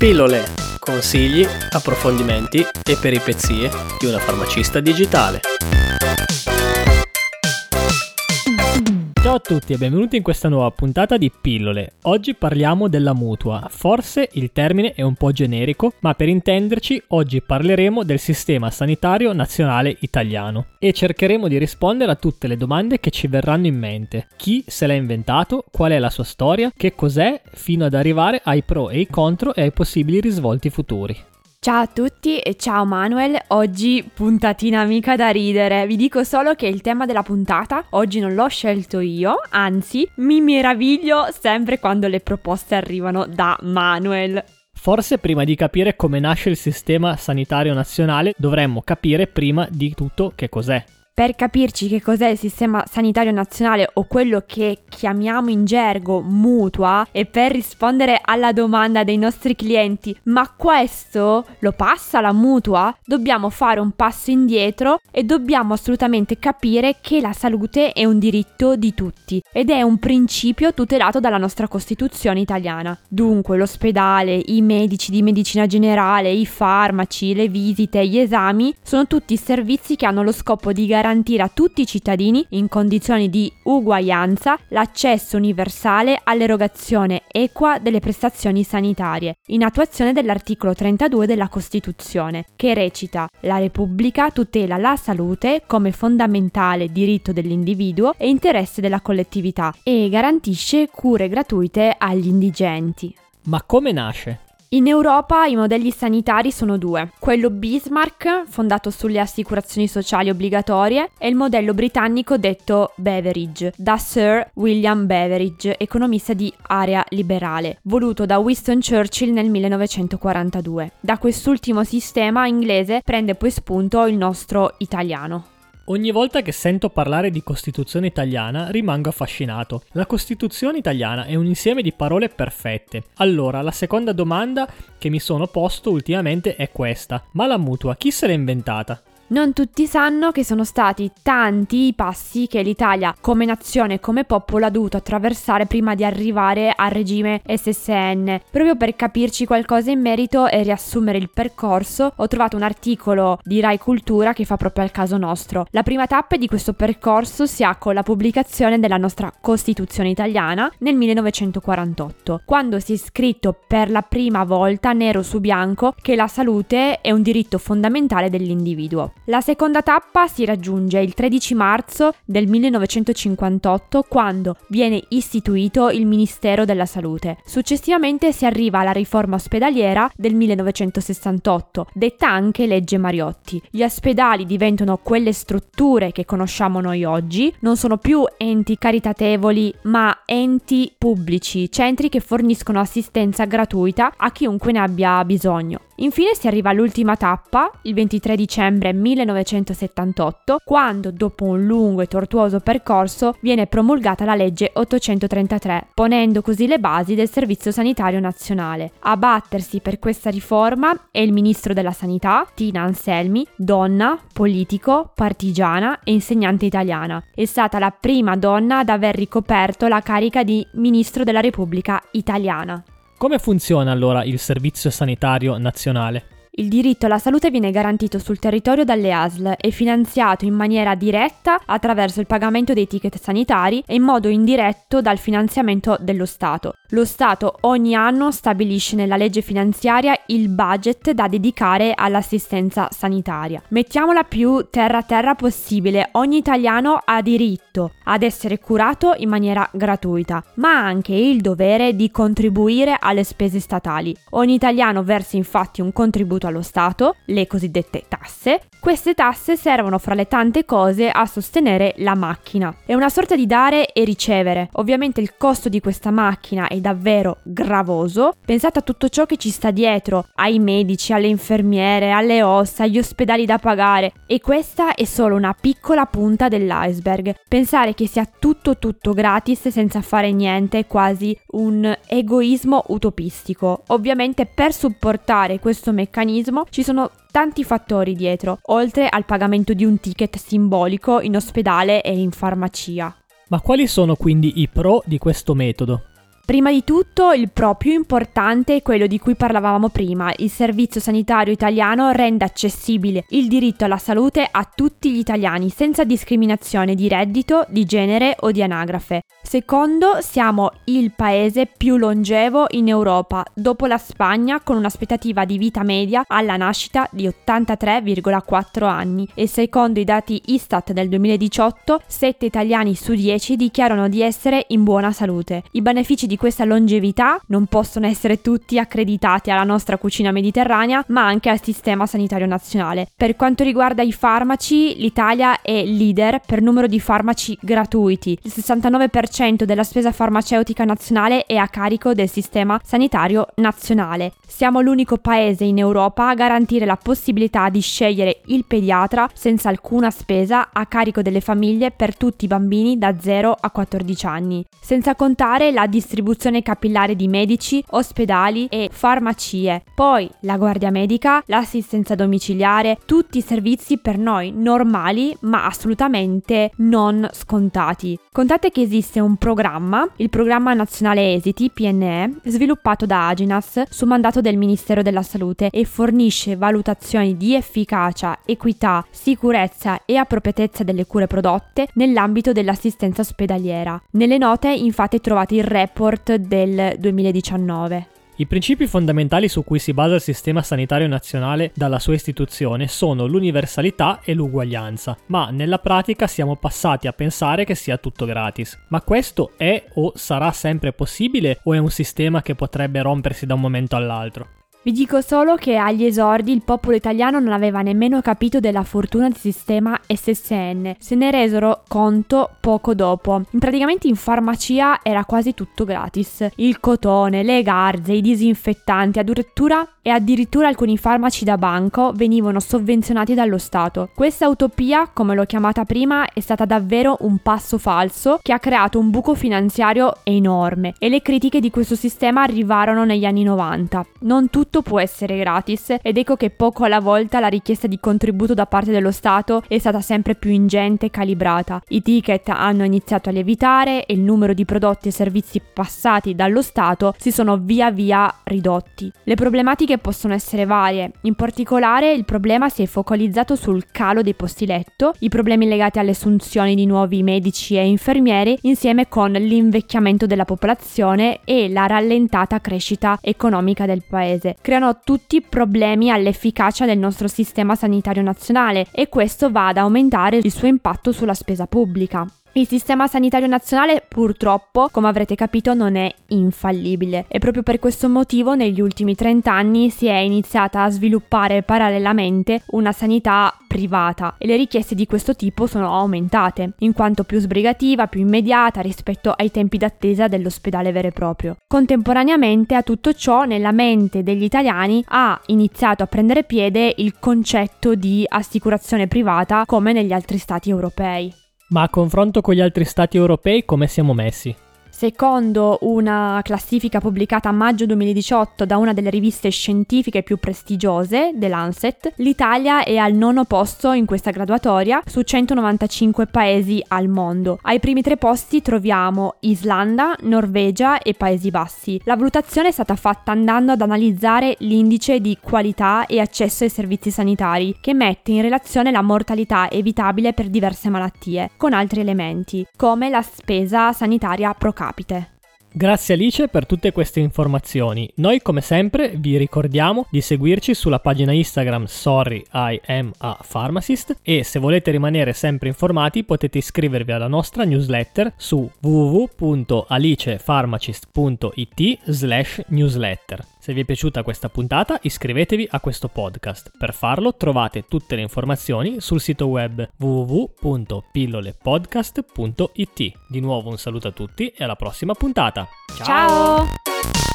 Pillole, consigli, approfondimenti e peripezie di una farmacista digitale. Ciao a tutti e benvenuti in questa nuova puntata di Pillole. Oggi parliamo della mutua. Forse il termine è un po' generico, ma per intenderci oggi parleremo del sistema sanitario nazionale italiano e cercheremo di rispondere a tutte le domande che ci verranno in mente. Chi se l'ha inventato, qual è la sua storia, che cos'è, fino ad arrivare ai pro e ai contro e ai possibili risvolti futuri. Ciao a tutti e ciao Manuel, oggi puntatina mica da ridere, vi dico solo che il tema della puntata oggi non l'ho scelto io, anzi mi meraviglio sempre quando le proposte arrivano da Manuel. Forse prima di capire come nasce il sistema sanitario nazionale dovremmo capire prima di tutto che cos'è. Per capirci che cos'è il sistema sanitario nazionale o quello che chiamiamo in gergo mutua e per rispondere alla domanda dei nostri clienti ma questo lo passa la mutua? Dobbiamo fare un passo indietro e dobbiamo assolutamente capire che la salute è un diritto di tutti ed è un principio tutelato dalla nostra Costituzione italiana. Dunque l'ospedale, i medici di medicina generale, i farmaci, le visite, gli esami sono tutti servizi che hanno lo scopo di garantire a tutti i cittadini in condizioni di uguaglianza l'accesso universale all'erogazione equa delle prestazioni sanitarie, in attuazione dell'articolo 32 della Costituzione, che recita: la Repubblica tutela la salute come fondamentale diritto dell'individuo e interesse della collettività e garantisce cure gratuite agli indigenti. Ma come nasce? In Europa i modelli sanitari sono due, quello Bismarck, fondato sulle assicurazioni sociali obbligatorie, e il modello britannico detto Beveridge, da Sir William Beveridge, economista di area liberale, voluto da Winston Churchill nel 1942. Da quest'ultimo sistema inglese prende poi spunto il nostro italiano. Ogni volta che sento parlare di Costituzione italiana rimango affascinato. La Costituzione italiana è un insieme di parole perfette. Allora, la seconda domanda che mi sono posto ultimamente è questa: ma la mutua chi se l'è inventata? Non tutti sanno che sono stati tanti i passi che l'Italia come nazione e come popolo ha dovuto attraversare prima di arrivare al regime SSN. Proprio per capirci qualcosa in merito e riassumere il percorso, ho trovato un articolo di Rai Cultura che fa proprio al caso nostro. La prima tappa di questo percorso si ha con la pubblicazione della nostra Costituzione italiana nel 1948, quando si è scritto per la prima volta nero su bianco che la salute è un diritto fondamentale dell'individuo. La seconda tappa si raggiunge il 13 marzo del 1958 quando viene istituito il Ministero della Salute. Successivamente si arriva alla riforma ospedaliera del 1968, detta anche legge Mariotti. Gli ospedali diventano quelle strutture che conosciamo noi oggi, non sono più enti caritatevoli ma enti pubblici, centri che forniscono assistenza gratuita a chiunque ne abbia bisogno. Infine si arriva all'ultima tappa, il 23 dicembre 1978, quando dopo un lungo e tortuoso percorso viene promulgata la legge 833, ponendo così le basi del Servizio Sanitario Nazionale. A battersi per questa riforma è il Ministro della Sanità, Tina Anselmi, donna, politico, partigiana e insegnante italiana. È stata la prima donna ad aver ricoperto la carica di Ministro della Repubblica Italiana. Come funziona allora il Servizio Sanitario Nazionale? Il diritto alla salute viene garantito sul territorio dalle ASL e finanziato in maniera diretta attraverso il pagamento dei ticket sanitari e in modo indiretto dal finanziamento dello Stato. Lo Stato ogni anno stabilisce nella legge finanziaria il budget da dedicare all'assistenza sanitaria. Mettiamola più terra a terra possibile, ogni italiano ha diritto ad essere curato in maniera gratuita, ma ha anche il dovere di contribuire alle spese statali. Ogni italiano versa infatti un contributo allo Stato, le cosiddette tasse. Queste tasse servono fra le tante cose a sostenere la macchina. È una sorta di dare e ricevere. Ovviamente il costo di questa macchina è davvero gravoso. Pensate a tutto ciò che ci sta dietro, ai medici, alle infermiere, alle ossa, agli ospedali da pagare. E questa è solo una piccola punta dell'iceberg. Pensare che sia tutto gratis senza fare niente è quasi un egoismo utopistico. Ovviamente per supportare questo meccanismo ci sono tanti fattori dietro, oltre al pagamento di un ticket simbolico in ospedale e in farmacia. Ma quali sono quindi i pro di questo metodo? Prima di tutto, il pro più importante è quello di cui parlavamo prima. Il Servizio Sanitario Italiano rende accessibile il diritto alla salute a tutti gli italiani, senza discriminazione di reddito, di genere o di anagrafe. Secondo, siamo il paese più longevo in Europa, dopo la Spagna, con un'aspettativa di vita media alla nascita di 83,4 anni e secondo i dati Istat del 2018, 7 italiani su 10 dichiarano di essere in buona salute. I benefici di questa longevità non possono essere tutti accreditati alla nostra cucina mediterranea, ma anche al sistema sanitario nazionale. Per quanto riguarda i farmaci, l'Italia è leader per numero di farmaci gratuiti. Il 69% della spesa farmaceutica nazionale è a carico del sistema sanitario nazionale. Siamo l'unico paese in Europa a garantire la possibilità di scegliere il pediatra senza alcuna spesa a carico delle famiglie per tutti i bambini da 0 a 14 anni. Senza contare la distribuzione capillare di medici, ospedali e farmacie. Poi la guardia medica, l'assistenza domiciliare, tutti i servizi per noi normali ma assolutamente non scontati. Contate che esiste un programma, il Programma Nazionale Esiti, PNE, sviluppato da Agenas su mandato del Ministero della Salute e fornisce valutazioni di efficacia, equità, sicurezza e appropriatezza delle cure prodotte nell'ambito dell'assistenza ospedaliera. Nelle note infatti trovate il report del 2019. I principi fondamentali su cui si basa il sistema sanitario nazionale dalla sua istituzione sono l'universalità e l'uguaglianza, ma nella pratica siamo passati a pensare che sia tutto gratis. Ma questo è o sarà sempre possibile o è un sistema che potrebbe rompersi da un momento all'altro? Vi dico solo che agli esordi il popolo italiano non aveva nemmeno capito della fortuna del sistema SSN, se ne resero conto poco dopo. Praticamente in farmacia era quasi tutto gratis. Il cotone, le garze, i disinfettanti, addirittura alcuni farmaci da banco venivano sovvenzionati dallo Stato. Questa utopia, come l'ho chiamata prima, è stata davvero un passo falso che ha creato un buco finanziario enorme e le critiche di questo sistema arrivarono negli anni 90. Non tutto può essere gratis ed ecco che poco alla volta la richiesta di contributo da parte dello Stato è stata sempre più ingente e calibrata. I ticket hanno iniziato a lievitare e il numero di prodotti e servizi passati dallo Stato si sono via via ridotti. Le problematiche possono essere varie, in particolare il problema si è focalizzato sul calo dei posti letto, i problemi legati alle assunzioni di nuovi medici e infermieri insieme con l'invecchiamento della popolazione e la rallentata crescita economica del paese. Creano tutti problemi all'efficacia del nostro sistema sanitario nazionale e questo va ad aumentare il suo impatto sulla spesa pubblica. Il sistema sanitario nazionale purtroppo, come avrete capito, non è infallibile e proprio per questo motivo negli ultimi 30 anni si è iniziata a sviluppare parallelamente una sanità privata e le richieste di questo tipo sono aumentate, in quanto più sbrigativa, più immediata rispetto ai tempi d'attesa dell'ospedale vero e proprio. Contemporaneamente a tutto ciò, nella mente degli italiani ha iniziato a prendere piede il concetto di assicurazione privata come negli altri stati europei. Ma a confronto con gli altri stati europei come siamo messi? Secondo una classifica pubblicata a maggio 2018 da una delle riviste scientifiche più prestigiose, The Lancet, l'Italia è al 9° posto in questa graduatoria su 195 paesi al mondo. Ai primi 3 posti troviamo Islanda, Norvegia e Paesi Bassi. La valutazione è stata fatta andando ad analizzare l'indice di qualità e accesso ai servizi sanitari, che mette in relazione la mortalità evitabile per diverse malattie, con altri elementi, come la spesa sanitaria pro capite. Grazie Alice per tutte queste informazioni. Noi come sempre vi ricordiamo di seguirci sulla pagina Instagram Sorry I am a Pharmacist e se volete rimanere sempre informati potete iscrivervi alla nostra newsletter su www.alicepharmacist.it/newsletter. Se vi è piaciuta questa puntata iscrivetevi a questo podcast. Per farlo trovate tutte le informazioni sul sito web www.pillolepodcast.it. Di nuovo un saluto a tutti e alla prossima puntata. Ciao!